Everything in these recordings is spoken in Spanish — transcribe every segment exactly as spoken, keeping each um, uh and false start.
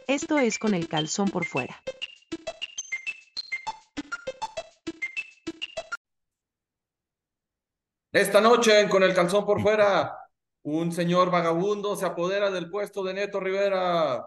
Esto es Con el calzón por fuera. Esta noche, con el calzón por fuera, un señor vagabundo se apodera del puesto de Neto Rivera.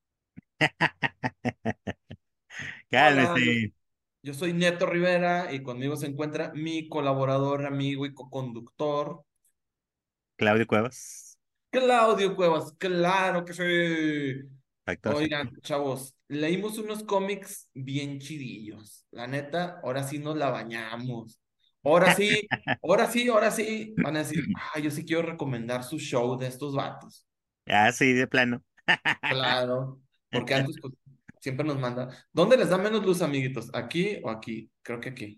Hola, yo, Cálmese, yo soy Neto Rivera y conmigo se encuentra mi colaborador, amigo y coconductor, Claudio Cuevas. Claudio Cuevas. Claro que sí. Exacto, exacto. Oigan, chavos, leímos unos cómics bien chidillos. La neta, ahora sí nos la bañamos. Ahora sí, ahora sí, ahora sí. Van a decir, ah, yo sí quiero recomendar su show de estos vatos. Ah, sí, de plano. Claro, porque antes pues, siempre nos manda. ¿Dónde les da menos luz, amiguitos? ¿Aquí o aquí? Creo que aquí.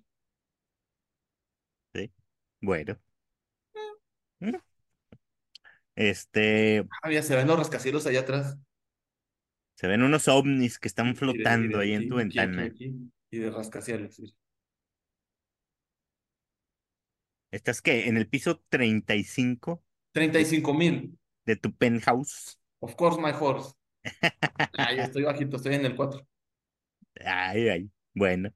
Sí. Bueno. Mm. Este, Ah, ya se ven los rascacielos allá atrás. se ven unos ovnis que están Mire, flotando mire, ahí en tu aquí, aquí, aquí, ventana. aquí. Y de rascacielos. Mire. ¿Estás qué? ¿En el piso treinta y cinco treinta y de, cinco mil. de tu penthouse? Of course, my horse. Ah, yo estoy bajito, estoy en el cuatro. Ay, ay. Bueno.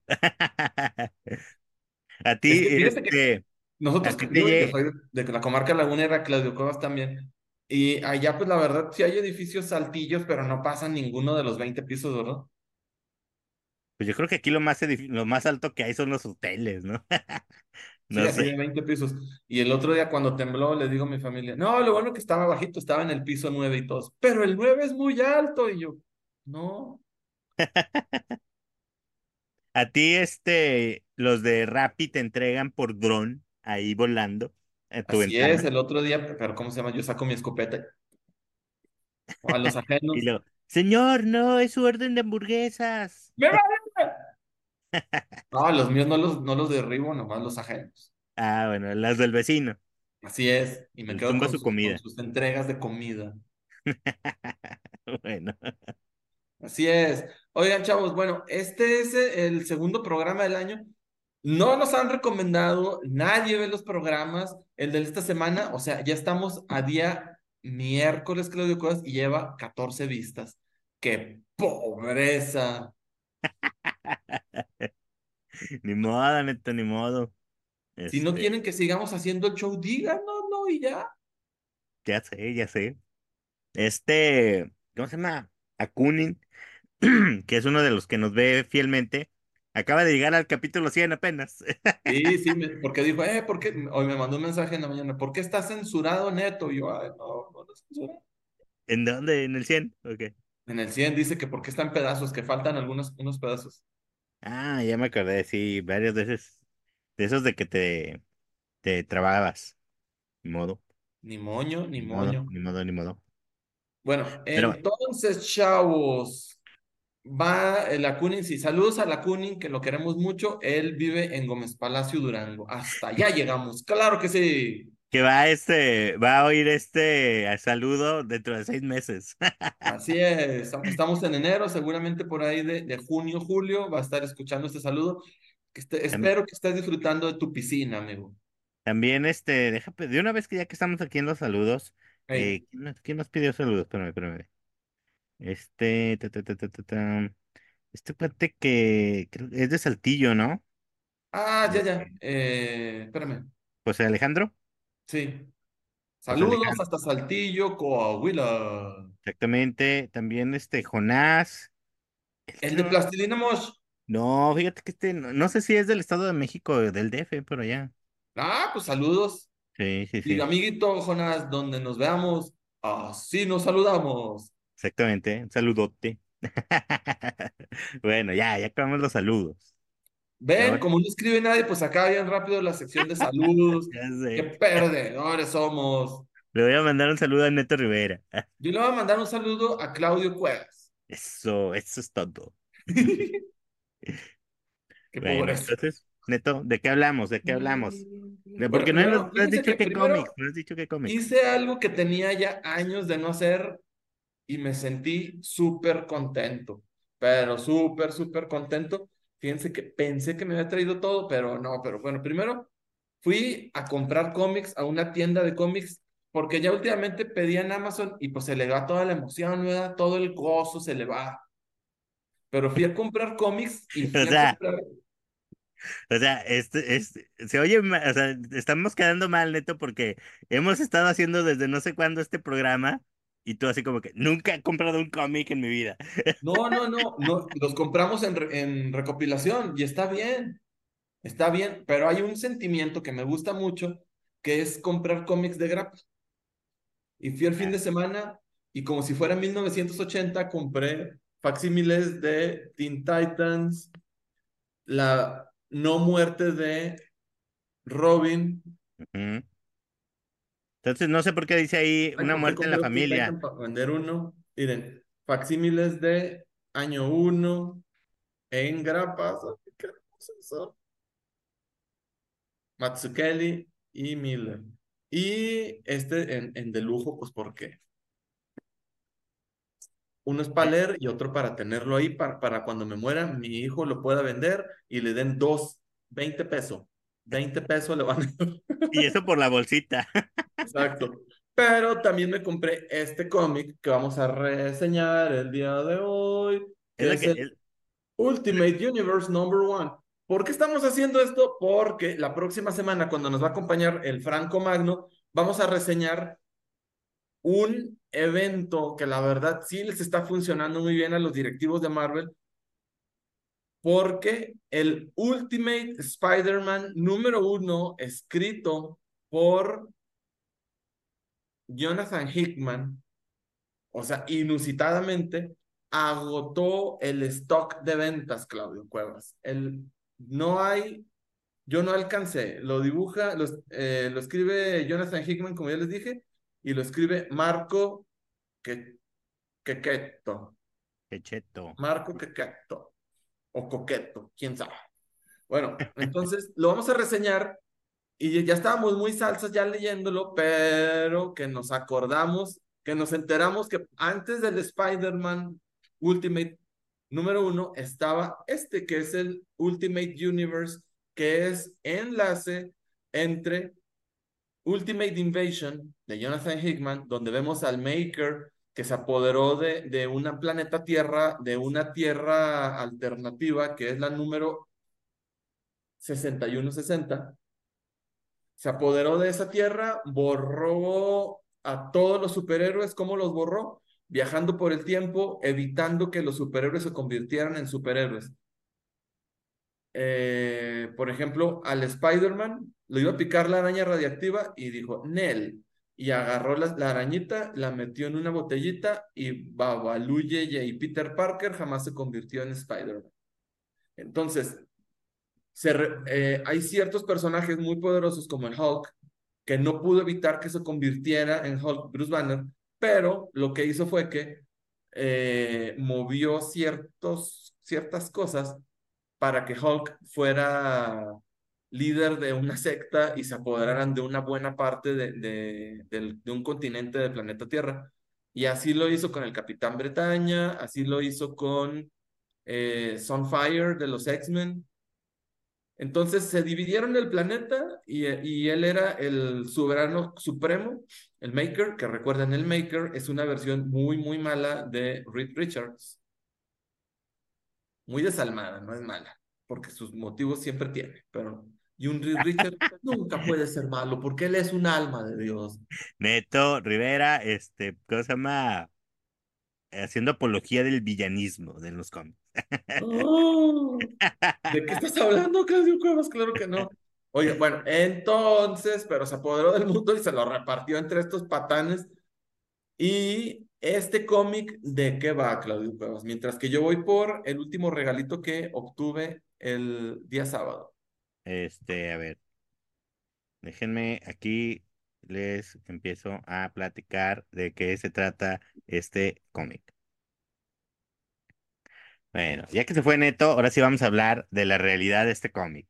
A Es ti, que fíjate que este, a nosotros, ti te digo, yo lle- soy de de la comarca Lagunera, Claudio Cuevas también. Y allá, pues la verdad, sí hay edificios altillos, pero no pasan ninguno de los veinte pisos, ¿verdad? pues yo creo que aquí lo más edifi- lo más alto que hay son los hoteles, ¿no? Sí, No así sé. de veinte pisos. Y el otro día cuando tembló, le digo a mi familia, no, lo bueno que estaba bajito, estaba en el piso nueve y todos, pero el nueve es muy alto. Y yo, no, A ti, este, los de Rappi te entregan por dron ahí volando a tu así es, ventana. el otro día, pero ¿cómo se llama? Yo saco mi escopeta a los Y ajenos. luego, señor, no, es su orden de hamburguesas. ¡Me vale! No, los míos no los, no los derribo, nomás los ajenos. Ah, bueno, las del vecino. Así es, y me Le quedo tumba con su sus, con comida. sus entregas de comida. Bueno, Así es. Oigan, chavos, bueno, este es el segundo programa del año. No nos han recomendado, nadie ve los programas. El de esta semana, o sea, ya estamos a día miércoles, Claudio Cuevas, y lleva catorce vistas. ¡Qué pobreza! ni modo, neto, ni modo. Si no Este, quieren que sigamos haciendo el show, díganos, no, y ya. ya sé, ya sé. Este, ¿cómo se llama? Akunin, que es uno de los que nos ve fielmente, acaba de llegar al capítulo cien apenas. Sí, sí, me- porque dijo, eh, ¿por qué? Hoy me mandó un mensaje en la mañana, ¿por qué está censurado Neto? Y yo, ay, no, no lo censura. ¿En dónde? ¿En el cien? Ok. En el cien dice que porque está en pedazos, que faltan algunos unos pedazos. Ah, ya me acordé, sí, varias veces. De esos de que te, te trababas. Ni modo, Ni moño, ni ni modo, moño. ni modo, ni modo. Bueno, Pero, entonces, chavos, va el Acunin, sí, saludos al Acunin, que lo queremos mucho. Él vive en Gómez Palacio, Durango. Hasta allá llegamos, claro que sí. que va este, va a oír este saludo dentro de seis meses. Así es, aunque estamos en enero, seguramente por ahí de, de junio, julio, va a estar escuchando este saludo. Que esté- Tam- espero que estés disfrutando de tu piscina, amigo. También, este, déjame, de una vez que ya que estamos aquí en los saludos, Hey. eh, ¿quién, nos quién nos pidió saludos? Espérame, espérame. Este, ta, ta, ta, ta, ta, ta. Este cuate que creo que es de Saltillo, ¿no? Ah, ya, Eh, ya. Eh, espérame. José Alejandro. Sí. José Saludos Alejandro. hasta Saltillo, Coahuila. Exactamente. También este Jonás. Él El de creo. Plastilina Mosh. No, fíjate que este, no, no sé si es del Estado de México o del D F, pero ya. Ah, pues saludos. Sí, sí, Y sí. amiguito Jonás, donde nos veamos, así nos saludamos. Exactamente. Un saludote. Bueno, ya, ya acabamos los saludos. Ven, Ahora, como no escribe nadie, pues acá bien rápido la sección de saludos. ya Qué sé. perdedores somos. Le voy a mandar un saludo a Neto Rivera. Yo le voy a mandar un saludo a Claudio Cuevas. Eso, eso es todo. Qué Bueno, pobreza. entonces, Neto, ¿de qué hablamos? ¿De qué hablamos? De- Bueno, Porque no, nos- primero, no has fíjense dicho que qué cómics, primero no has dicho qué cómics. hice algo que tenía ya años de no hacer y me sentí súper contento, pero súper, súper contento. Fíjense que pensé que me había traído todo, pero no, pero bueno, primero fui a comprar cómics a una tienda de cómics porque ya últimamente pedía en Amazon y pues se le va toda la emoción, ¿verdad? Todo el gozo se le va. Pero fui a comprar cómics y O fui a sea, comprar. o sea, este, este, se oye, ma- o sea, estamos quedando mal, Neto, porque hemos estado haciendo desde no sé cuándo este programa y tú así como que nunca he comprado un cómic en mi vida. No, no, no, no, los compramos en, re- en recopilación y está bien, está bien, pero hay un sentimiento que me gusta mucho, que es comprar cómics de grapa. Y fui el fin Ah, de semana y como si fuera mil novecientos ochenta compré facsímiles de Teen Titans, la no muerte de Robin. ujú. Entonces, no sé por qué dice ahí Ay, una ¿por qué muerte en la compré los Teen familia. Titans para vender uno? Miren, facsímiles de año uno en grapas. Ay, qué hermosos son. Matsukeli y Miller. Y este en, en de lujo, pues porque uno es para Eh, leer y otro para tenerlo ahí para, para cuando me muera, mi hijo lo pueda vender y le den dos, veinte pesos. Veinte pesos le van a dar. Y eso por la bolsita. Exacto. Pero también me compré este cómic que vamos a reseñar el día de hoy, Es que lo es que, el es- Ultimate Universe Number One. ¿Por qué estamos haciendo esto? Porque la próxima semana, cuando nos va a acompañar el Franco Magno, vamos a reseñar un evento que la verdad sí les está funcionando muy bien a los directivos de Marvel, porque el Ultimate Spider-Man número uno, escrito por Jonathan Hickman, o sea, inusitadamente, agotó el stock de ventas, Claudio Cuevas. El, no hay, yo no alcancé, lo dibuja, lo, eh, lo escribe Jonathan Hickman, como ya les dije, y lo escribe Marco que, Quequeto. que cheto. Marco Quequeto, o Coqueto, quién sabe. Bueno, entonces lo vamos a reseñar. Y ya estábamos muy salsas ya leyéndolo, pero que nos acordamos, que nos enteramos que antes del Spider-Man Ultimate número uno estaba este, que es el Ultimate Universe, que es enlace entre Ultimate Invasion de Jonathan Hickman, donde vemos al Maker que se apoderó de, de una planeta Tierra, de una Tierra alternativa, que es la número sesenta y uno sesenta. Se apoderó de esa tierra, borró a todos los superhéroes. ¿Cómo los borró? Viajando por el tiempo, evitando que los superhéroes se convirtieran en superhéroes. Eh, por ejemplo, al Spider-Man lo iba a picar la araña radiactiva y dijo, Nel. Y agarró la, la arañita, la metió en una botellita y Babaluye y Peter Parker jamás se convirtió en Spider-Man. Entonces, se re- eh, hay ciertos personajes muy poderosos como el Hulk que no pudo evitar que se convirtiera en Hulk Bruce Banner, pero lo que hizo fue que eh, movió ciertos, ciertas cosas para que Hulk fuera líder de una secta y se apoderaran de una buena parte de, de, del- de un continente del planeta Tierra. Y así lo hizo con el Capitán Bretaña, así lo hizo con eh, Sunfire de los X-Men. Entonces se dividieron el planeta y, y él era el soberano supremo, el Maker, que recuerden, el Maker es una versión muy, muy mala de Reed Richards, muy desalmada, no es mala, porque sus motivos siempre tiene, pero y un Reed Richards nunca puede ser malo porque él es un alma de Dios. Neto Rivera, este, ¿cómo se llama? Haciendo apología del villanismo de los cómics. ¡Oh! ¿De qué estás hablando, Claudio Cuevas? Claro que no. Oye, bueno, entonces, pero se apoderó del mundo y se lo repartió entre estos patanes. Y este cómic, ¿de qué va, Claudio Cuevas? Mientras que yo voy por el último regalito que obtuve el día sábado. Este, a ver, déjenme aquí, les empiezo a platicar de qué se trata este cómic. Bueno, ya que se fue Neto, ahora sí vamos a hablar de la realidad de este cómic.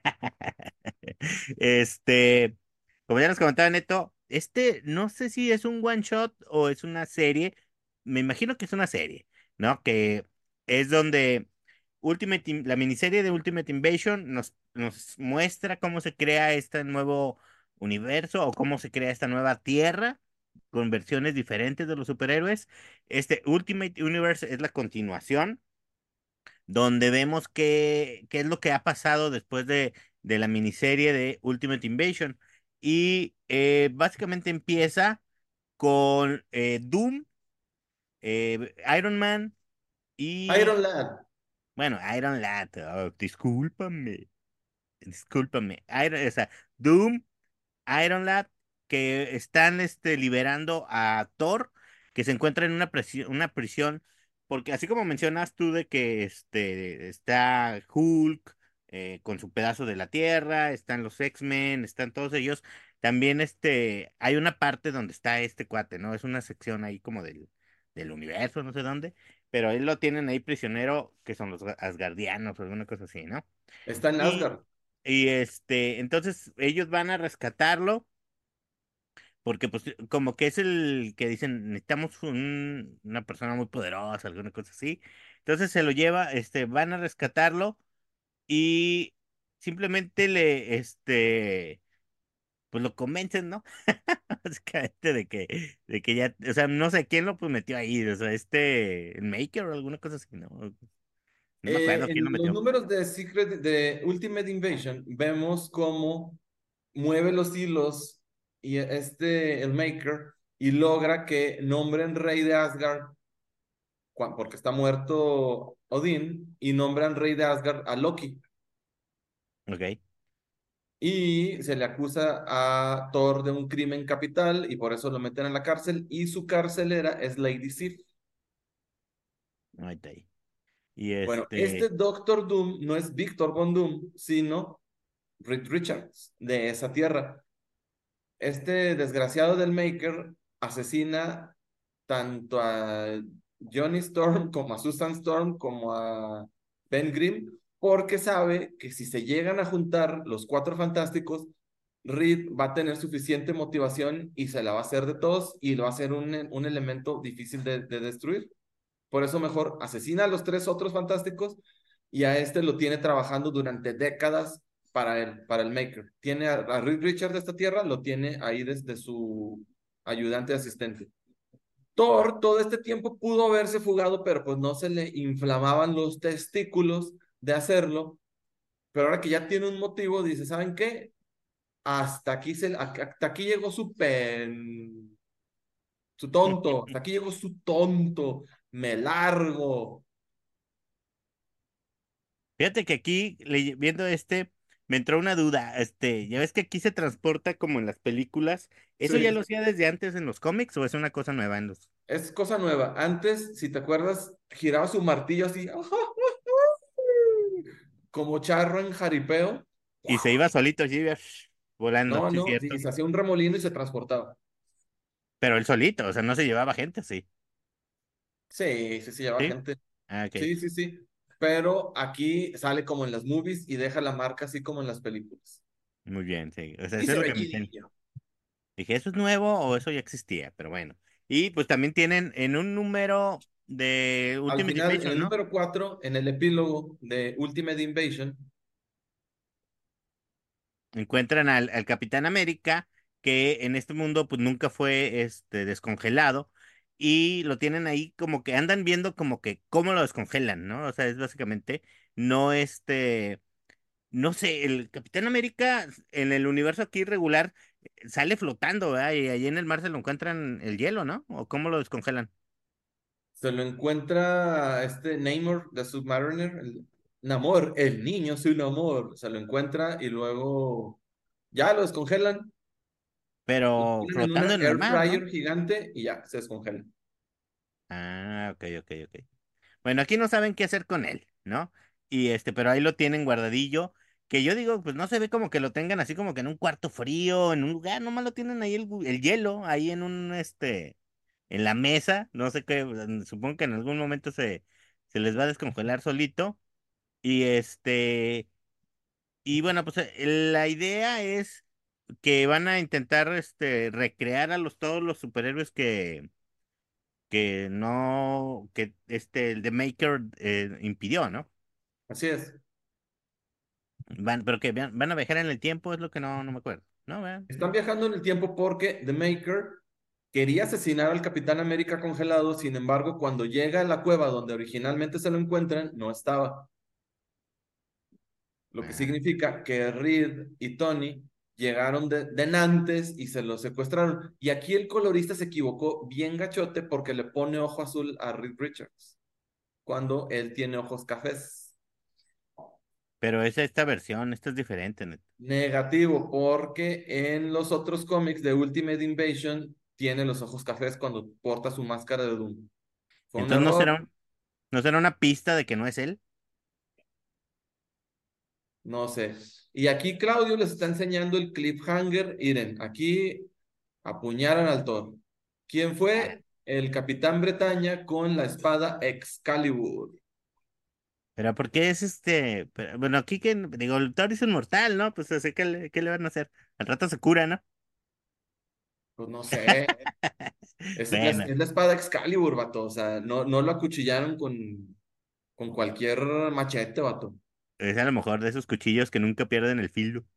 Este, como ya nos comentaba Neto, este no sé si es un one shot o es una serie. Me imagino que es una serie, ¿no? Que es donde Ultimate, In- la miniserie de Ultimate Invasion nos, nos muestra cómo se crea este nuevo universo o cómo se crea esta nueva tierra con versiones diferentes de los superhéroes. Este Ultimate Universe es la continuación donde vemos qué, qué es lo que ha pasado después de, de la miniserie de Ultimate Invasion. Y eh, básicamente empieza con eh, Doom, eh, Iron Man Iron y, Lad. bueno, Iron Lad, oh, discúlpame, discúlpame, Iron, o sea, Doom, Iron Lad, que están este, liberando a Thor, que se encuentra en una, presi- una prisión, porque así como mencionas tú de que este, está Hulk eh, con su pedazo de la Tierra, están los X-Men, están todos ellos, también este, hay una parte donde está este cuate, ¿no? Es una sección ahí como del, del universo, no sé dónde, pero él lo tienen ahí prisionero, que son los Asgardianos o alguna cosa así, ¿no? Está en Y, Asgard. y este, entonces ellos van a rescatarlo porque pues como que es el que dicen, necesitamos un- una persona muy poderosa, alguna cosa así. Entonces se lo lleva, este, van a rescatarlo y simplemente le, este, pues lo convencen, ¿no? Básicamente de que, de que ya, o sea, no sé quién lo pues metió ahí, o sea, este, el Maker o alguna cosa así, ¿no? No me Eh, acuerdo quién lo en los metió. números de Secret de Ultimate Invasion vemos cómo mueve los hilos y este el Maker y logra que nombren rey de Asgard cua- porque está muerto Odín y nombran rey de Asgard a Loki Ok, y se le acusa a Thor de un crimen capital y por eso lo meten en la cárcel y su carcelera es Lady Sif. ahí está ahí. Y Bueno, este este, Doctor Doom no es Victor Von Doom, sino Reed Richards de esa tierra. Este desgraciado del Maker asesina tanto a Johnny Storm como a Susan Storm como a Ben Grimm porque sabe que si se llegan a juntar los cuatro fantásticos, Reed va a tener suficiente motivación y se la va a hacer de todos y lo va a hacer un, un elemento difícil de, de destruir. Por eso mejor asesina a los tres otros fantásticos y a este lo tiene trabajando durante décadas para el, para el Maker. Tiene a, a Reed Richards de esta tierra, lo tiene ahí desde su ayudante asistente. Thor todo este tiempo pudo haberse fugado, pero pues no se le inflamaban los testículos de hacerlo. Pero ahora que ya tiene un motivo, dice, ¿saben qué? Hasta aquí, se, hasta aquí llegó su pen, su tonto, hasta aquí llegó su tonto, me largo. fíjate que aquí, ley- viendo este, me entró una duda. Este, ya ves que aquí se transporta como en las películas. ¿Eso ya lo Sí. hacía desde antes en los cómics o es una cosa nueva en los... Es cosa nueva. Antes, si te acuerdas, giraba su martillo así, como charro en jaripeo. Y se iba solito así, volando, No, sí, no, sí, cierto. se hacía un remolino y se transportaba. Pero él solito, o sea, no se llevaba gente, sí. Sí, sí, sí, lleva ¿Sí? gente. Ah, ok. Sí, sí, sí. Pero aquí sale como en las movies y deja la marca así como en las películas. Muy bien, sí. O sea, Y eso es se lo ve que me dicen. chidillo. Dije, ¿eso es nuevo o eso ya existía? Pero bueno. Y pues también tienen en un número de Al Ultimate final, en Invasion, el ¿no? número cuatro en el epílogo de Ultimate Invasion, Encuentran al, al Capitán América, que en este mundo pues nunca fue este descongelado, y lo tienen ahí como que andan viendo como que cómo lo descongelan, ¿no? O sea, es básicamente no este, no sé, el Capitán América en el universo aquí regular eh, sale flotando, ¿verdad? Y allí en el mar se lo encuentran el hielo, ¿no? ¿O cómo lo descongelan? se lo encuentra este Namor de Submariner, el Namor, el niño sin amor, se lo encuentra y luego ya lo descongelan, lo Pero ponen en una flotando en el air mar, ¿no? fryer gigante y ya se descongela. Ah, ok, ok, ok. Bueno, aquí no saben qué hacer con él, ¿no? Y este, pero ahí lo tienen guardadillo, que yo digo, pues no se ve como que lo tengan así como que en un cuarto frío, en un lugar, nomás lo tienen ahí el, gu- el hielo, ahí en un, este, en la mesa, no sé qué, mm, supongo que en algún momento se, se les va a descongelar solito, y este, y bueno, pues eh, la idea es que van a intentar, este, recrear a los, todos los superhéroes que que no, que este, el The Maker eh, impidió, ¿no? Así es. Van, pero que van, van a viajar en el tiempo, es lo que no, no me acuerdo. No, vean. Están viajando en el tiempo porque The Maker quería asesinar al Capitán América congelado, sin embargo, cuando llega a la cueva donde originalmente se lo encuentran, no estaba. Lo que Ah. significa que Reed y Tony llegaron de, de Nantes y se lo secuestraron. Y aquí el colorista se equivocó bien gachote porque le pone ojo azul a Reed Richards, cuando él tiene ojos cafés. Pero es esta versión, esta es diferente, Neto. Negativo, porque en los otros cómics de Ultimate Invasion tiene los ojos cafés cuando porta su máscara de Doom. Fue un Entonces no error, será un- no será una pista de que no es él. no sé. Y aquí Claudio les está enseñando el cliffhanger. Miren, aquí apuñalan al Thor. ¿Quién Ah, fue? El Capitán Bretaña con la espada Excalibur. pero ¿por qué es este? Pero, bueno, aquí que digo, el Thor es inmortal, ¿no? Pues así que le, ¿qué le van a hacer? Al rato se cura, ¿no? Pues no sé. Es la, Bueno, es la espada Excalibur, vato. O sea, no, no lo acuchillaron con, con cualquier machete, vato. es a lo mejor de esos cuchillos que nunca pierden el filo.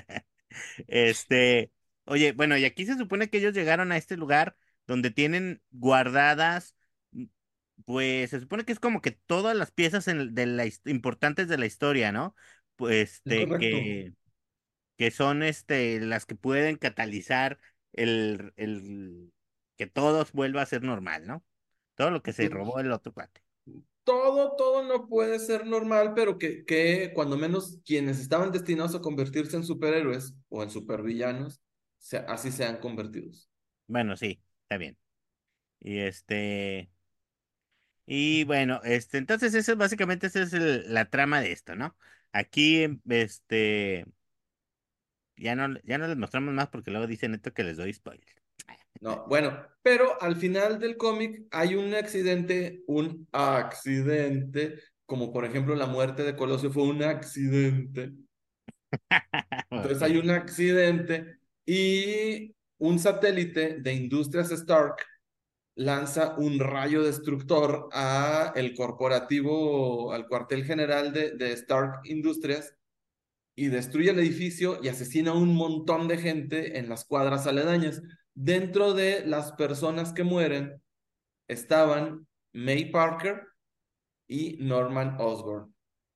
Este, oye, bueno, y aquí se supone que ellos llegaron a este lugar donde tienen guardadas, mm, pues se supone que es como que todas las piezas en- de la, his- importantes de la historia, ¿no? Pues Es este, correcto. que, que son este, las que pueden catalizar el, el, que todo vuelva a ser normal, ¿no? Todo lo que se Pues robó el otro cuate. todo, todo no puede ser normal, pero que, que cuando menos quienes estaban destinados a convertirse en superhéroes o en supervillanos, se- así sean convertidos. Bueno, sí, está bien. Y este. Y bueno, este, entonces eso básicamente esa es el- la trama de esto, ¿no? Aquí, em, este, ya no, ya no les mostramos más porque luego dicen esto que les doy spoiler. No, bueno, pero al final del cómic hay un accidente, un accidente, como por ejemplo la muerte de Colosio fue un accidente. Entonces hay Ok, un accidente y un satélite de Industrias Stark lanza un rayo destructor a el corporativo, al cuartel general de, de Stark Industrias y destruye el edificio y asesina a un montón de gente en las cuadras aledañas. Dentro de las personas que mueren estaban May Parker y Norman Osborn.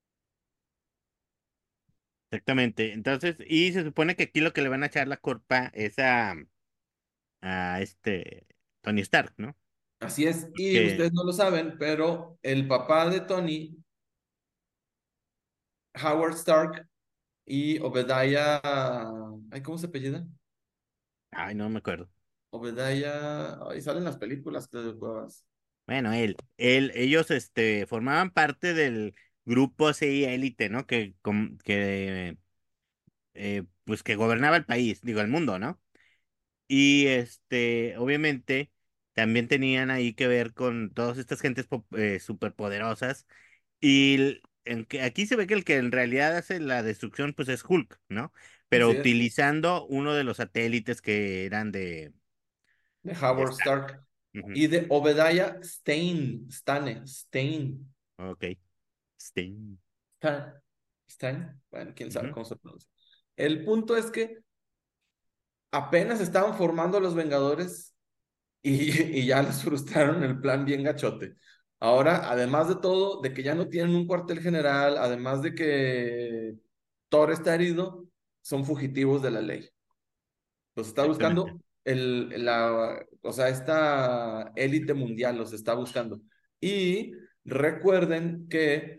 exactamente. Entonces, y se supone que aquí lo que le van a echar la culpa es a, a este Tony Stark, ¿no? Así es, y Que, ustedes no lo saben, pero el papá de Tony, Howard Stark, y Obadiah, ay, ¿cómo se apellida? ay, no me acuerdo. Obadiah, ahí salen las películas de Cuevas. Bueno, él, él, ellos, este, formaban parte del grupo así élite, ¿no? Que, com- que, eh, pues que gobernaba el país, digo, el mundo, ¿no? Y este, obviamente, también tenían ahí que ver con todas estas gentes po- eh, superpoderosas. Y el- en que aquí se ve que el que en realidad hace la destrucción, pues es Hulk, ¿no? Pero Así es, utilizando uno de los satélites que eran de, de de Howard Stark. Stark. Ujú. Y de Obadiah Stane, Stane, Stane, Ok. Sting. Stan, Stan, bueno, quién sabe Ujú. cómo se pronuncia. El punto es que apenas estaban formando a los Vengadores y, y ya les frustraron el plan bien gachote. Ahora, además de todo, de que ya no tienen un cuartel general, además de que Thor está herido, son fugitivos de la ley. Los está Exactamente. buscando el, la, o sea, esta élite mundial los está buscando. Y recuerden que,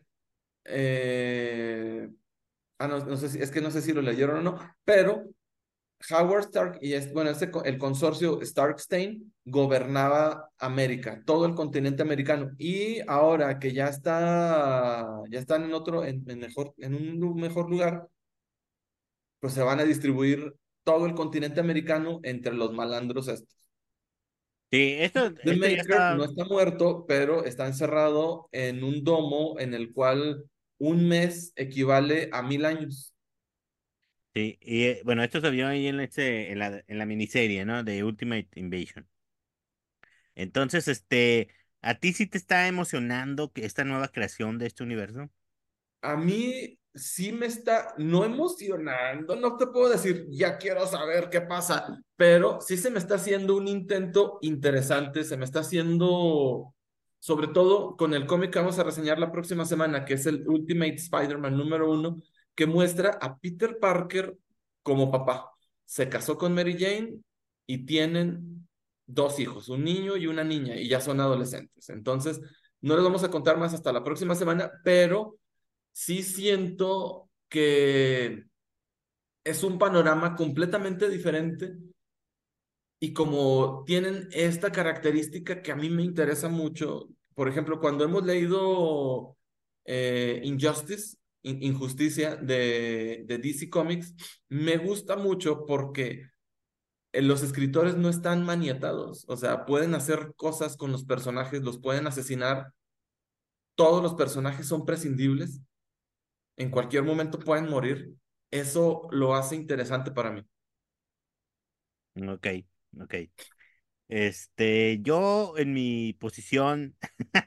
eh, ah, no, no sé si, es que no sé si lo leyeron o no, pero Howard Stark y es, bueno, este, co- el consorcio Stark-Stein gobernaba América, todo el continente americano. Y ahora que ya está, ya están en otro, en, en mejor, en un lu- mejor lugar, pues se van a distribuir todo el continente americano entre los malandros estos. Sí, esto, The esto ya Maker no está. está muerto, pero está encerrado en un domo en el cual un mes equivale a mil años. Sí, y eh, bueno, esto se vio ahí en, este, en la, en la miniserie, ¿no? De Ultimate Invasion. Entonces, este, ¿a ti sí te está emocionando que esta nueva creación de este universo? A mí sí me está, no emocionando, no te puedo decir, ya quiero saber qué pasa, pero sí se me está haciendo un intento interesante, se me está haciendo, sobre todo con el cómic que vamos a reseñar la próxima semana, que es el Ultimate Spider-Man número uno, que muestra a Peter Parker como papá. Se casó con Mary Jane y tienen dos hijos, un niño y una niña, y ya son adolescentes. Entonces, no les vamos a contar más hasta la próxima semana, pero sí siento que es un panorama completamente diferente y como tienen esta característica que a mí me interesa mucho, por ejemplo, cuando hemos leído eh, Injustice, In- Injusticia de, de D C Comics, me gusta mucho porque eh, los escritores no están maniatados, o sea, pueden hacer cosas con los personajes, los pueden asesinar, todos los personajes son prescindibles, en cualquier momento pueden morir. Eso lo hace interesante para mí. Ok, ok. Este, yo en mi posición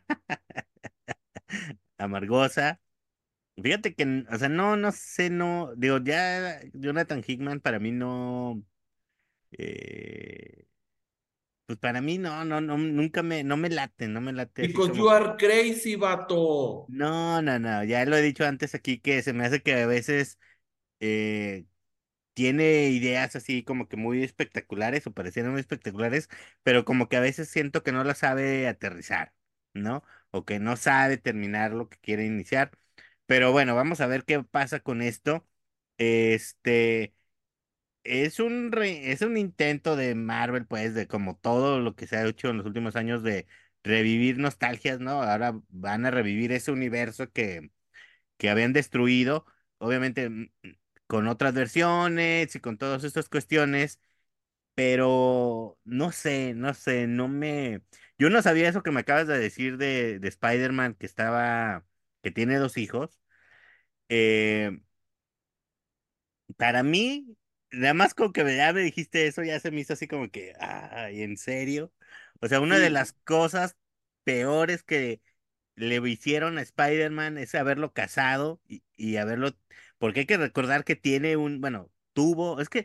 amargosa, fíjate que, n- o sea, no, no sé, no, digo, ya Jonathan Hickman para mí no, eh, pues para mí no, no, no, nunca me, no me late, no me late así Because como you que, are crazy, vato. no, no, no, ya lo he dicho antes aquí que se me hace que a veces eh, tiene ideas así como que muy espectaculares o parecieran muy espectaculares, pero como que a veces siento que no las sabe aterrizar, ¿no? O que no sabe terminar lo que quiere iniciar. Pero bueno, vamos a ver qué pasa con esto. Este es un re- es un intento de Marvel, pues, de como todo lo que se ha hecho en los últimos años de revivir nostalgias, ¿no? Ahora van a revivir ese universo que que habían destruido, obviamente mm, mm, con otras versiones y con todas estas cuestiones, pero no sé, no sé, no me... Yo no sabía eso que me acabas de decir de, de Spider-Man, que estaba, que tiene dos hijos. Eh, para mí, nada más con que me- ya me dijiste eso, ya se me hizo así como que, ay, ¿en serio? O sea, una de Sí, las cosas peores que le hicieron a Spider-Man es haberlo casado y, y haberlo, porque hay que recordar que tiene un, bueno, tuvo, es que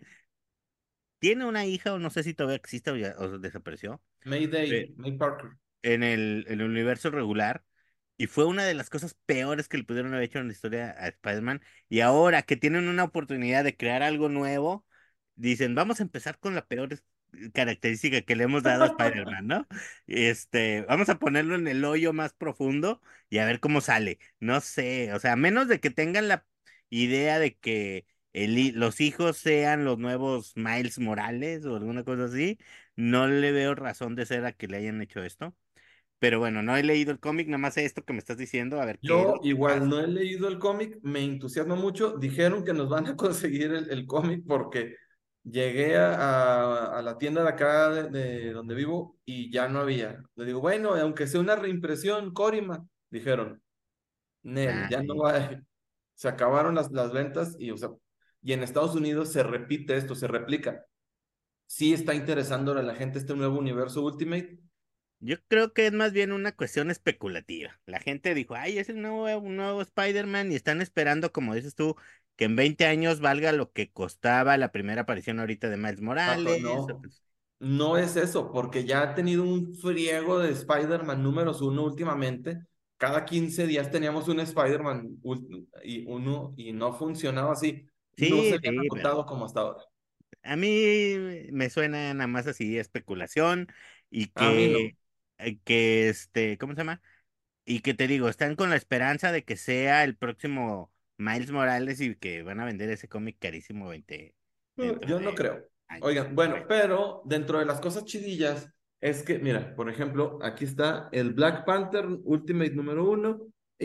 tiene una hija o no sé si todavía existe o, ya, o desapareció, Mayday, eh, May Parker. en el, en el universo regular y fue una de las cosas peores que le pudieron haber hecho en la historia a Spider-Man y ahora que tienen una oportunidad de crear algo nuevo, dicen, vamos a empezar con la peor es- característica que le hemos dado a Spider-Man, ¿no? Este, vamos a ponerlo en el hoyo más profundo y a ver cómo sale. No sé, o sea, a menos de que tengan la idea de que el hi- los hijos sean los nuevos Miles Morales o alguna cosa así, no le veo razón de ser a que le hayan hecho esto. Pero bueno, no he leído el cómic, nada más sé esto que me estás diciendo, a ver qué es Yo lo que igual pasa. no he leído el cómic, me entusiasma mucho. Dijeron que nos van a conseguir el, el cómic porque llegué a, a- a la tienda de acá de, de donde vivo y ya no había. Le digo, bueno, aunque sea una reimpresión, Corima, dijeron, Nel, Ah, ya no sí. va. Se acabaron las, las ventas y, o sea, y en Estados Unidos se repite esto, se replica. Sí está interesando a la gente este nuevo universo Ultimate. Yo creo que es más bien una cuestión especulativa. La gente dijo, ay, es el nuevo, un nuevo Spider-Man y están esperando, como dices tú, que en veinte años valga lo que costaba la primera aparición ahorita de Miles Pato, Morales. o no, pues, no es eso, porque ya ha tenido un friego de Spider-Man números uno últimamente. Cada quince días teníamos un Spider-Man ul- y uno y no funcionaba así. No se Sí, habían sí, pero agotado como hasta ahora. a mí me suena nada más así especulación y A mí no. que, eh, que este, ¿cómo se llama? Y que te digo, están con la esperanza de que sea el próximo Miles Morales y que van a vender ese cómic carísimo veinte Uh, dentro Yo no de creo. años. Oigan, No bueno, sé. pero dentro de las cosas chidillas es que, mira, por ejemplo, aquí está el Black Panther Ultimate número uno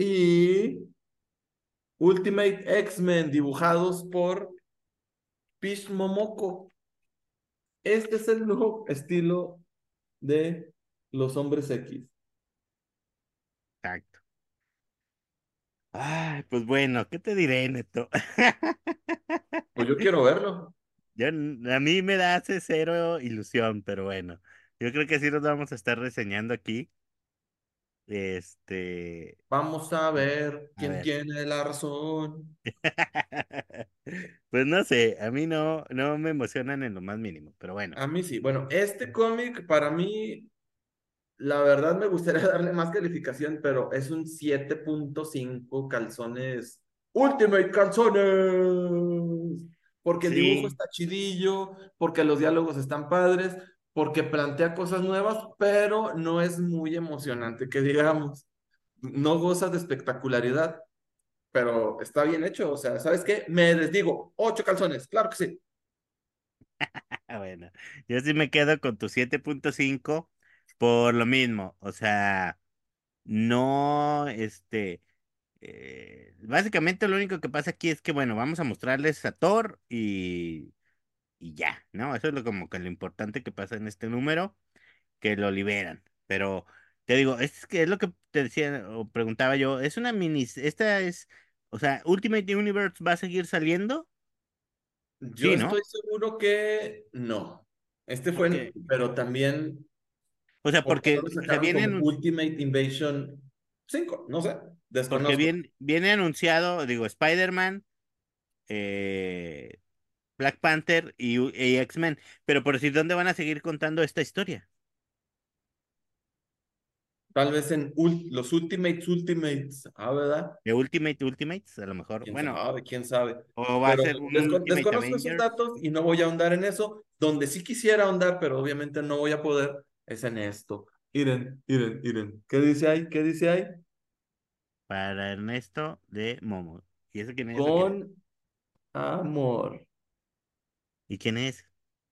y Ultimate X-Men dibujados por Pish Momoko. Este es el nuevo estilo de los hombres X. Exacto. Ay, pues bueno, ¿qué te diré, Neto? Pues yo quiero verlo. Yo, n- a mí me da hace cero ilusión, pero bueno, yo creo que sí nos vamos a estar reseñando aquí. Este, Vamos a ver a quién ver. tiene la razón. Pues no sé, a mí no, no me emocionan en lo más mínimo, pero bueno. A mí sí. Bueno, este cómic para mí, la verdad me gustaría darle más calificación, pero es un siete punto cinco calzones. Ultimate calzones. Porque el dibujo Sí, está chidillo, porque los diálogos están padres, porque plantea cosas nuevas, pero no es muy emocionante, que digamos. No goza de espectacularidad, pero está bien hecho. O sea, ¿sabes qué? Me desdigo. Ocho calzones, claro que sí. bueno, yo sí me quedo con tu siete punto cinco por lo mismo, o sea, no, este, eh, básicamente lo único que pasa aquí es que, bueno, vamos a mostrarles a Thor y, y ya, ¿no? Eso es lo como que lo importante que pasa en este número, que lo liberan, pero te digo, es que es lo que te decía o preguntaba yo, es una mini, esta es, o sea, Ultimate Universe va a seguir saliendo, Yo sí, estoy ¿no? seguro que no. Este fue, en- Porque, pero también, o sea, o no porque, lo o sea, sacaron como vienen Ultimate Invasion cinco, no sé, porque desconozco. bien, viene anunciado, digo, Spider-Man, eh, Black Panther y, U- y X-Men, pero por decir, ¿dónde van a seguir contando esta historia? Tal vez en ul- los Ultimates, Ultimates, ah, ¿verdad? ¿De Ultimate Ultimates? A lo mejor, Quién bueno, sabe, quién sabe. o va a Pero ser un desco- Ultimate desconozco esos Avengers datos y no voy a ahondar en eso. Donde sí quisiera ahondar, pero obviamente no voy a poder, es en esto. Miren, miren, miren. ¿Qué dice ahí? ¿Qué dice ahí? para Ernesto de Momo. ¿Y eso quién es o qué? Con amor. ¿Y quién es?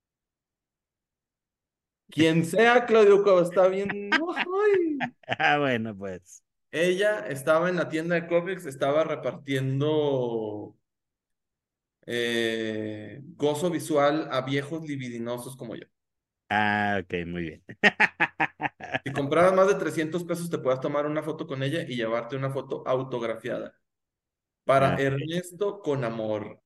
Quien sea, Claudio Cueva, está bien. Ay. Ah, bueno, pues. Ella estaba en la tienda de cómics, estaba repartiendo eh, gozo visual a viejos libidinosos como yo. Ah, ok, muy bien. Si comprabas más de trescientos pesos, te puedas tomar una foto con ella y llevarte una foto autografiada. Para Ah, ok. Ernesto con amor.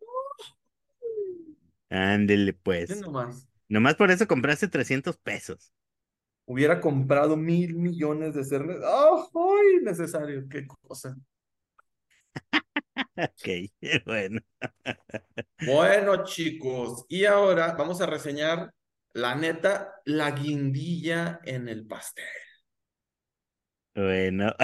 Ándele, Miren pues. nomás. Nomás por eso compraste trescientos pesos. Hubiera comprado mil millones de cervezas. ¡Oh, ¡ay! Necesario! ¡Qué cosa! Ok, bueno. Bueno, chicos, y ahora vamos a reseñar, la neta, la guindilla en el pastel. Bueno.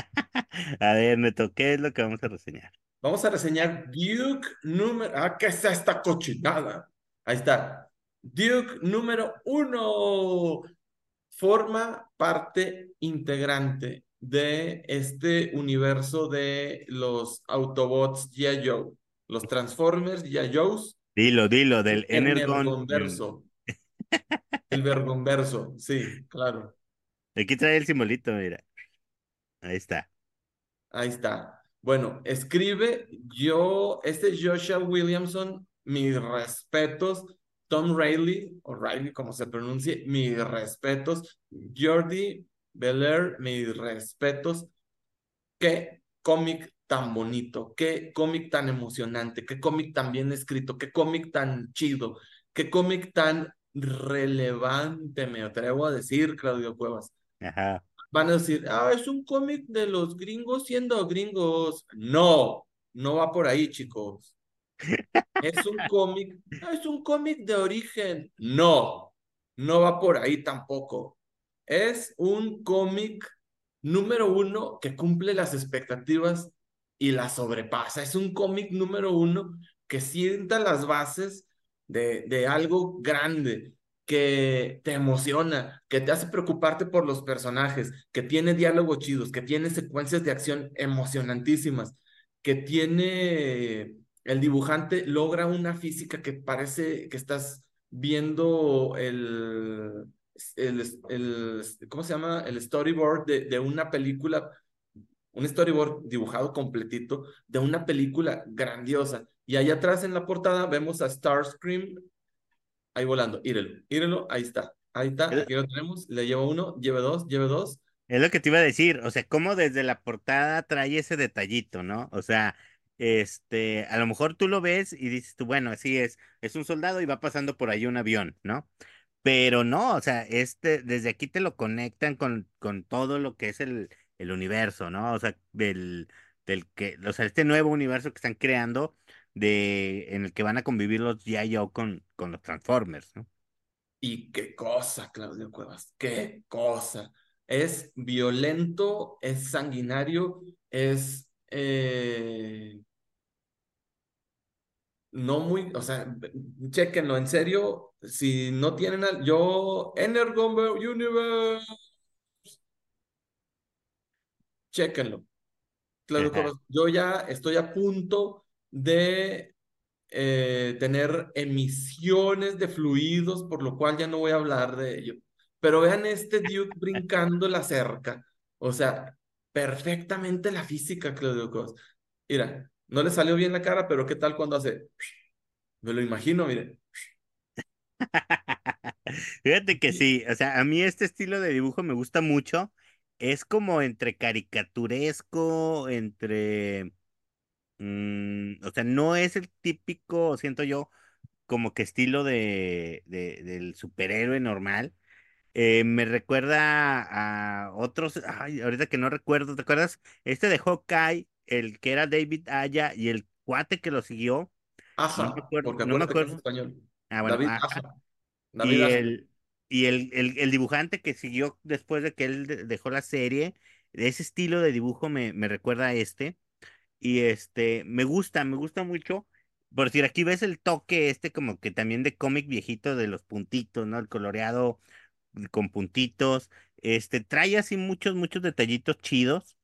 A ver, Neto, ¿qué es lo que vamos a reseñar? Vamos a reseñar Duke número... Ah, ¿qué es esta cochinada? Ahí está. Duke número uno. Forma parte integrante de este universo de los Autobots G I. Joe, los Transformers G I. Joes, Dilo, dilo, del el Energon. mm, Energonverso. El Vergonverso, sí, claro. Aquí trae el simbolito, mira. Ahí está. Ahí está. Bueno, escribe yo, este Joshua Williamson, mis respetos. Tom Riley, o Riley, como se pronuncie, mis respetos. Jordi Belair, mis respetos. Qué cómic tan bonito, qué cómic tan emocionante, qué cómic tan bien escrito, qué cómic tan chido, qué cómic tan relevante, me atrevo a decir, Claudio Cuevas. Ajá. Van a decir, ah, es un cómic de los gringos siendo gringos. No, no va por ahí, chicos. Es un cómic, ah, es un cómic de origen. No, no va por ahí tampoco. Es un cómic número uno que cumple las expectativas y las sobrepasa. Es un cómic número uno que sienta las bases de, de algo grande, que te emociona, que te hace preocuparte por los personajes, que tiene diálogos chidos, que tiene secuencias de acción emocionantísimas, que tiene el dibujante logra una física que parece que estás viendo el, el, el ¿cómo se llama? El storyboard de, de una película, un storyboard dibujado completito de una película grandiosa. Y allá atrás en la portada vemos a Starscream ahí volando. Írelo, írelo, ahí está. Ahí está, Es, aquí lo tenemos. Le llevo uno, lleve dos, lleve dos. es lo que te iba a decir. O sea, cómo desde la portada trae ese detallito, ¿no? O sea, este, a lo mejor tú lo ves y dices tú, bueno, así es, es un soldado y va pasando por ahí un avión, ¿no? Pero no, o sea, este, desde aquí te lo conectan con, con todo lo que es el, el universo, ¿no? O sea, del, del que, o sea, este nuevo universo que están creando de, en el que van a convivir los G I. Joe con, con los Transformers, ¿no? Y qué cosa, Claudio Cuevas, qué cosa. Es violento, es sanguinario, es eh, no muy, o sea, chequenlo, en serio, si no tienen, al- yo, Energon Universe, chequenlo. Claudio Ajá. Cuevas, yo ya estoy a punto de eh, tener emisiones de fluidos, por lo cual ya no voy a hablar de ello. Pero vean este Duke brincando la cerca. O sea, perfectamente la física, Claudio Cos. Mira, no le salió bien la cara, pero ¿qué tal cuando hace? Me lo imagino, mire. Fíjate que Y- sí, o sea, a mí este estilo de dibujo me gusta mucho. Es como entre caricaturesco, entre, mm, o sea, no es el típico, siento yo, como que estilo de, de- del superhéroe normal. Eh, me recuerda a otros, ay, ahorita que no recuerdo, ¿te acuerdas? Este de Hawkeye, el que era David Aya y el cuate que lo siguió, no me Aja, acuerdo, porque no me acuérdate que es acuerdo. español. Ah, bueno, David ajá. Aja. David Y Aja. el, y el, el, el dibujante que siguió después de que él de- dejó la serie, de ese estilo de dibujo me, me recuerda a este. Y este, me gusta, me gusta mucho. Por decir, aquí ves el toque este como que también de cómic viejito de los puntitos, ¿no? El coloreado con puntitos. Este, trae así muchos, muchos detallitos chidos.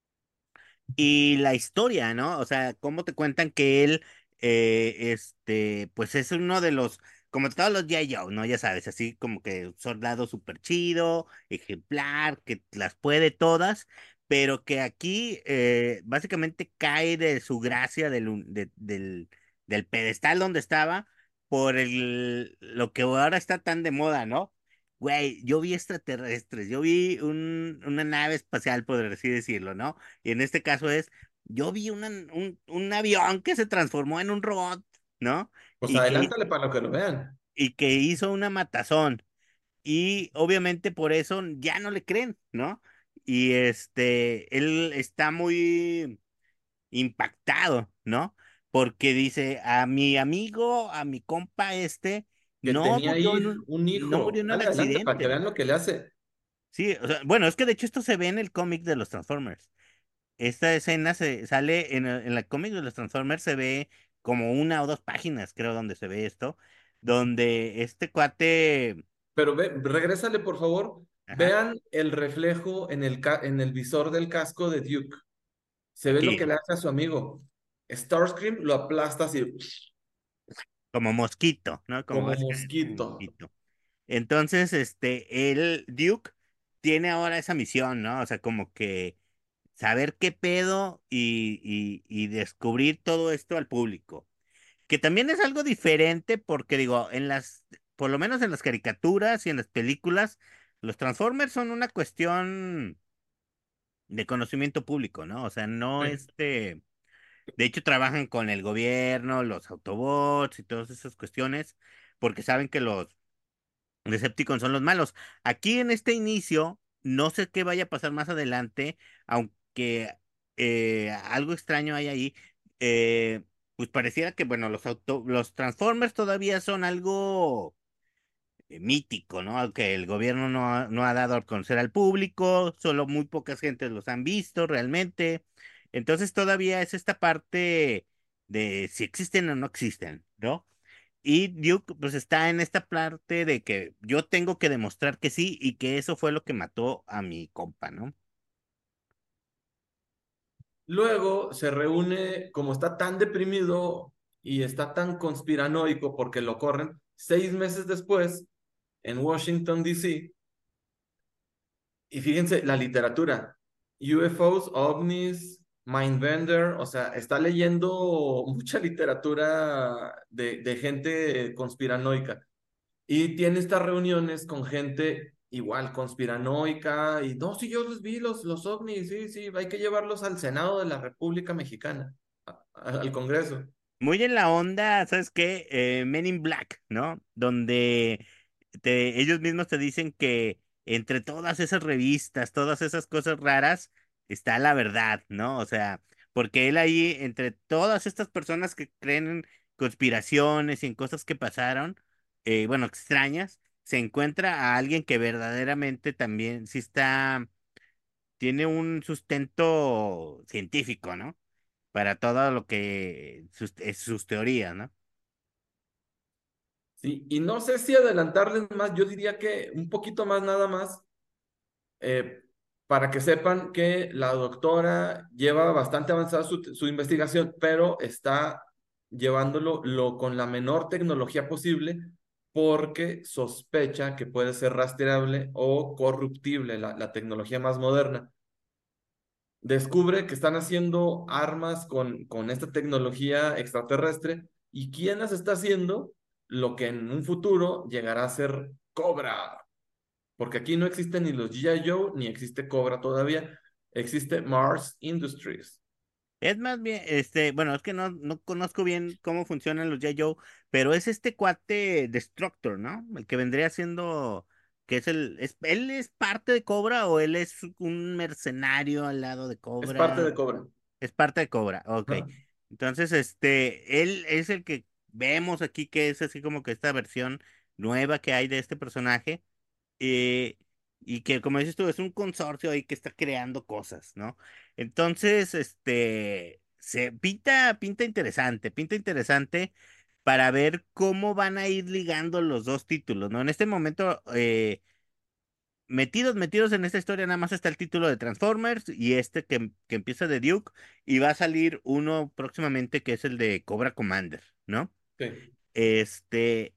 Y la historia, ¿no? O sea, cómo te cuentan que él, eh, este, pues es uno de los, como todos los G I. Joe, ¿no? Ya sabes, así como que un soldado súper chido, ejemplar, que las puede todas, pero que aquí eh, básicamente cae de su gracia del, un- de- del, del pedestal donde estaba por el, lo que ahora está tan de moda, ¿no? Güey, yo vi extraterrestres, yo vi un, una nave espacial, por así decirlo, ¿no? Y en este caso es, yo vi una- un, un avión que se transformó en un robot, ¿no? Pues Y que, adelántale para que lo vean. y que hizo una matazón. Y obviamente por eso ya no le creen, ¿no? Y este, él está muy impactado, ¿no? Porque dice, a mi amigo, a mi compa este, Que no tenía murió en hij- un, un no murió hijo. en un Dale adelante para que accidente. vean lo que le hace. Sí, o sea, bueno, es que de hecho esto se ve en el cómic de los Transformers. Esta escena se sale en, el- en la cómic de los Transformers, se ve como una o dos páginas, creo, donde se ve esto, donde este cuate, Pero ve, regrésale, por favor. ajá, Vean el reflejo en el, ca- en el visor del casco de Duke. Se ve lo que aquí, le hace a su amigo. Starscream lo aplasta así, como mosquito, ¿no? Como como básicamente como mosquito. mosquito. Entonces, este, el Duke tiene ahora esa misión, ¿no? O sea, como que saber qué pedo y, y, y descubrir todo esto al público. Que también es algo diferente porque digo, en las, por lo menos en las caricaturas y en las películas, los Transformers son una cuestión de conocimiento público, ¿no? O sea, no Sí. este, de hecho trabajan con el gobierno, los Autobots y todas esas cuestiones, porque saben que los Decepticons son los malos. Aquí en este inicio, no sé qué vaya a pasar más adelante, aunque eh, algo extraño hay ahí. eh, pues pareciera que, bueno, los auto, los Transformers todavía son algo eh, mítico, ¿no? Aunque el gobierno no ha, no ha dado a conocer al público, solo muy pocas gentes los han visto realmente. Entonces todavía es esta parte de si existen o no existen, ¿no? Y Duke, pues está en esta parte de que yo tengo que demostrar que sí y que eso fue lo que mató a mi compa, ¿no? Luego se reúne, como está tan deprimido y está tan conspiranoico porque lo corren, seis meses después en Washington, D C. Y fíjense, la literatura, U F Os, ovnis, Mindbender, o sea, está leyendo mucha literatura de, de gente conspiranoica. Y tiene estas reuniones con gente igual conspiranoica y no, sí, yo los vi, los, los ovnis, sí, sí, hay que llevarlos al Senado de la República Mexicana, a- a- al Congreso. Muy en la onda, ¿sabes qué? Eh, Men in Black, ¿no? Donde te, ellos mismos te dicen que entre todas esas revistas, todas esas cosas raras, está la verdad, ¿no? O sea, porque él ahí, entre todas estas personas que creen en conspiraciones y en cosas que pasaron, eh, bueno, extrañas, se encuentra a alguien que verdaderamente también sí está, tiene un sustento científico, ¿no? Para todo lo que sus, es sus teorías, ¿no? Sí, y no sé si adelantarles más, yo diría que un poquito más nada más, eh, para que sepan que la doctora lleva bastante avanzada su, su investigación, pero está llevándolo lo, con la menor tecnología posible porque sospecha que puede ser rastreable o corruptible la, la tecnología más moderna. Descubre que están haciendo armas con, con esta tecnología extraterrestre y quién las está haciendo, lo que en un futuro llegará a ser Cobra, porque aquí no existen ni los G I. Joe ni existe Cobra todavía, existe Mars Industries. Es más bien, este, bueno, es que no, no conozco bien cómo funcionan los G I. Joe, pero es este cuate Destructor, ¿no? El que vendría siendo, que es el, es, ¿él es parte de Cobra o él es un mercenario al lado de Es parte Cobra? de Cobra. Es parte de Cobra, ok. Ajá. Entonces, este, él es el que vemos aquí, que es así como que esta versión nueva que hay de este personaje, eh, y que, como dices tú, es un consorcio ahí que está creando cosas, ¿no? Entonces, este, se pinta, pinta interesante, pinta interesante para ver cómo van a ir ligando los dos títulos, ¿no? En este momento, eh, metidos, metidos en esta historia, nada más está el título de Transformers y este que, que empieza de Duke, y va a salir uno próximamente que es el de Cobra Commander, ¿no? Sí. Este,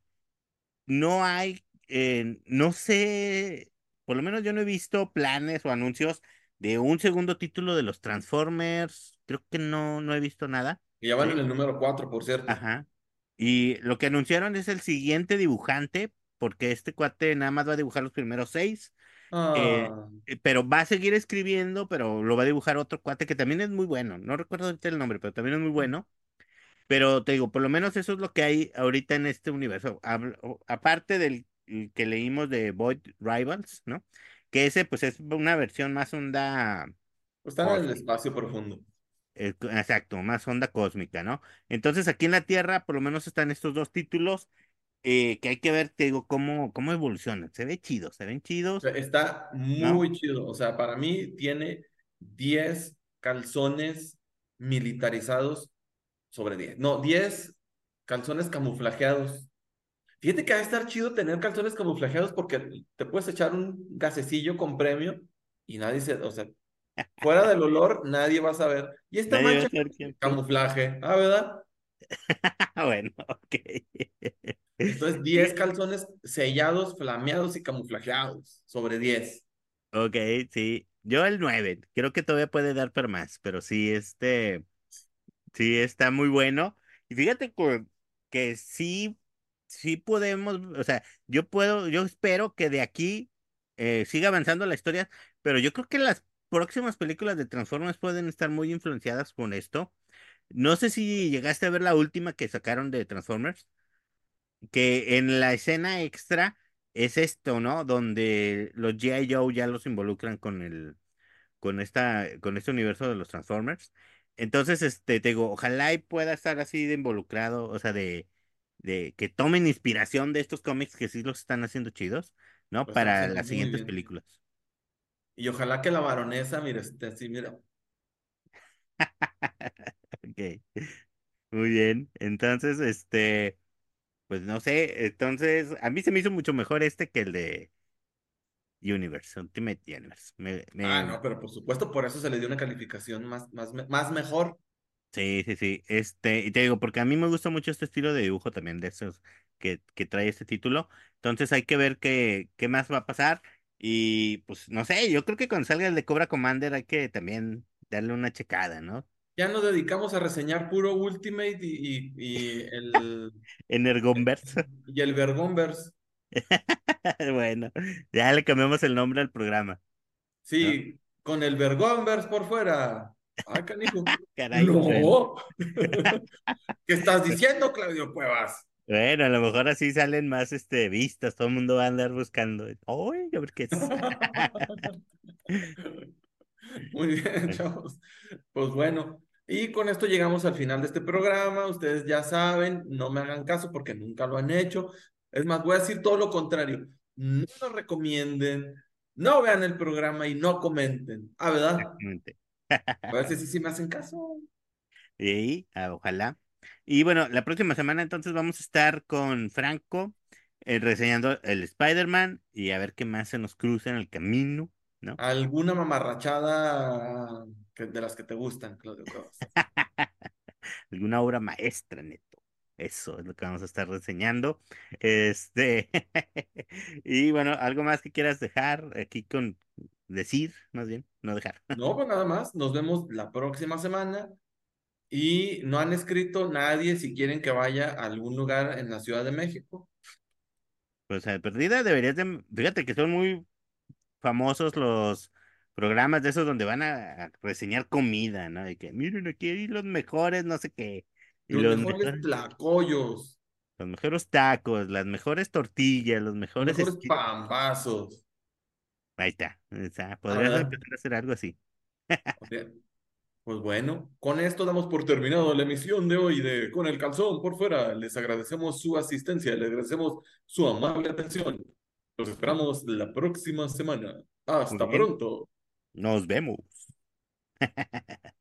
no hay, eh, no sé, por lo menos yo no he visto planes o anuncios de un segundo título de los Transformers. Creo que no, no he visto nada. Y ya van en De, el número cuatro, por cierto. ajá. Y lo que anunciaron es el siguiente dibujante, porque este cuate nada más va a dibujar los primeros seis, eh, Ah, eh, pero va a seguir escribiendo, pero lo va a dibujar otro cuate que también es muy bueno. No recuerdo ahorita el nombre, pero también es muy bueno. Pero te digo, por lo menos eso es lo que hay ahorita en este universo. Habl- o- aparte del el que leímos de Void Rivals, ¿no? Que ese pues es una versión más onda están en el cósmica. espacio profundo. eh, co- exacto, más onda cósmica, ¿no? Entonces aquí en la Tierra por lo menos están estos dos títulos, eh, que hay que ver, te digo, cómo, cómo evolucionan. Se ve chido, se ven chidos, Está ¿no? muy chido. O sea, para mí tiene diez calzones militarizados sobre diez. No, diez calzones camuflajeados. Fíjate que va a estar chido tener calzones camuflajeados porque te puedes echar un gasecillo con premio y nadie se, o sea, fuera del olor, nadie va a saber. Y esta Nadie va a mancha, saber quién fue. camuflaje, ah, ¿verdad? Bueno, ok. Entonces, diez Sí, calzones sellados, flameados y camuflajeados sobre diez. ok, sí. Yo el nueve creo que todavía puede dar para más, pero sí, este, sí está muy bueno. Y fíjate que, que sí, sí podemos, o sea, yo puedo, yo espero que de aquí eh, siga avanzando la historia, pero yo creo que las próximas películas de Transformers pueden estar muy influenciadas con esto. No sé si llegaste a ver la última que sacaron de Transformers, que en la escena extra es esto, ¿no? Donde los G I. Joe ya los involucran con el, con esta, con este universo de los Transformers. Entonces, este, te digo, ojalá y pueda estar así de involucrado, o sea, de, de que tomen inspiración de estos cómics que sí los están haciendo chidos, ¿no? Lo están Para haciendo las muy siguientes bien. películas. Y ojalá que la baronesa, mire, esté así, mira. Ok, muy bien. Entonces, este, pues no sé, entonces, a mí se me hizo mucho mejor este que el de Universe, Ultimate Universe. Me, Ah, me, no, pero por supuesto, por eso se le dio una calificación más, más, me- más mejor. sí, sí, sí. Este, y te digo, porque a mí me gusta mucho este estilo de dibujo también, de esos que, que trae este título. Entonces hay que ver qué, qué más va a pasar. Y pues no sé, yo creo que cuando salga el de Cobra Commander hay que también darle una checada, ¿no? Ya nos dedicamos a reseñar puro Ultimate y, y, y el, Energonverse. y el Vergonverse. Bueno, ya le cambiamos el nombre al programa, ¿no? Sí, con el Vergonverse por fuera. Ay, canijo. Caray, bueno. No. ¿Qué estás diciendo, Claudio Cuevas? Bueno, a lo mejor así salen más este vistas, todo el mundo va a andar buscando. ¡Ay, a ver qué es! Muy bien, Bueno, chavos. Pues bueno, y con esto llegamos al final de este programa. Ustedes ya saben, no me hagan caso porque nunca lo han hecho. Es más, voy a decir todo lo contrario. No lo recomienden, no vean el programa y no comenten. Ah, ¿verdad? exactamente. A ver si sí, sí me hacen caso. Y ahí, ah, ojalá. Y bueno, la próxima semana entonces vamos a estar con Franco eh, reseñando el Spider-Man y a ver qué más se nos cruza en el camino, ¿no? ¿Alguna mamarrachada que- de las que te gustan, Claudio Cuevas? Alguna obra maestra, neto. Eso es lo que vamos a estar reseñando. Este, y bueno, algo más que quieras dejar aquí con decir, más bien, no dejar. No, pues nada más. Nos vemos la próxima semana. Y no han escrito nadie si quieren que vaya a algún lugar en la Ciudad de México. Pues a perdida deberías de, fíjate que son muy famosos los programas de esos donde van a, a reseñar comida, ¿no? De que miren aquí hay los mejores, no sé qué, y Los los mejores mejores, tlacoyos, los mejores tacos, las mejores tortillas, los los mejores mejores esti- pambazos. ahí está. O sea, Ah, podrías ¿verdad? empezar a hacer algo así. Ok. Pues bueno, con esto damos por terminado la emisión de hoy de Con el Calzón por Fuera. Les agradecemos su asistencia, les agradecemos su amable atención. Los esperamos la próxima semana. Muy Hasta bien, pronto. nos vemos.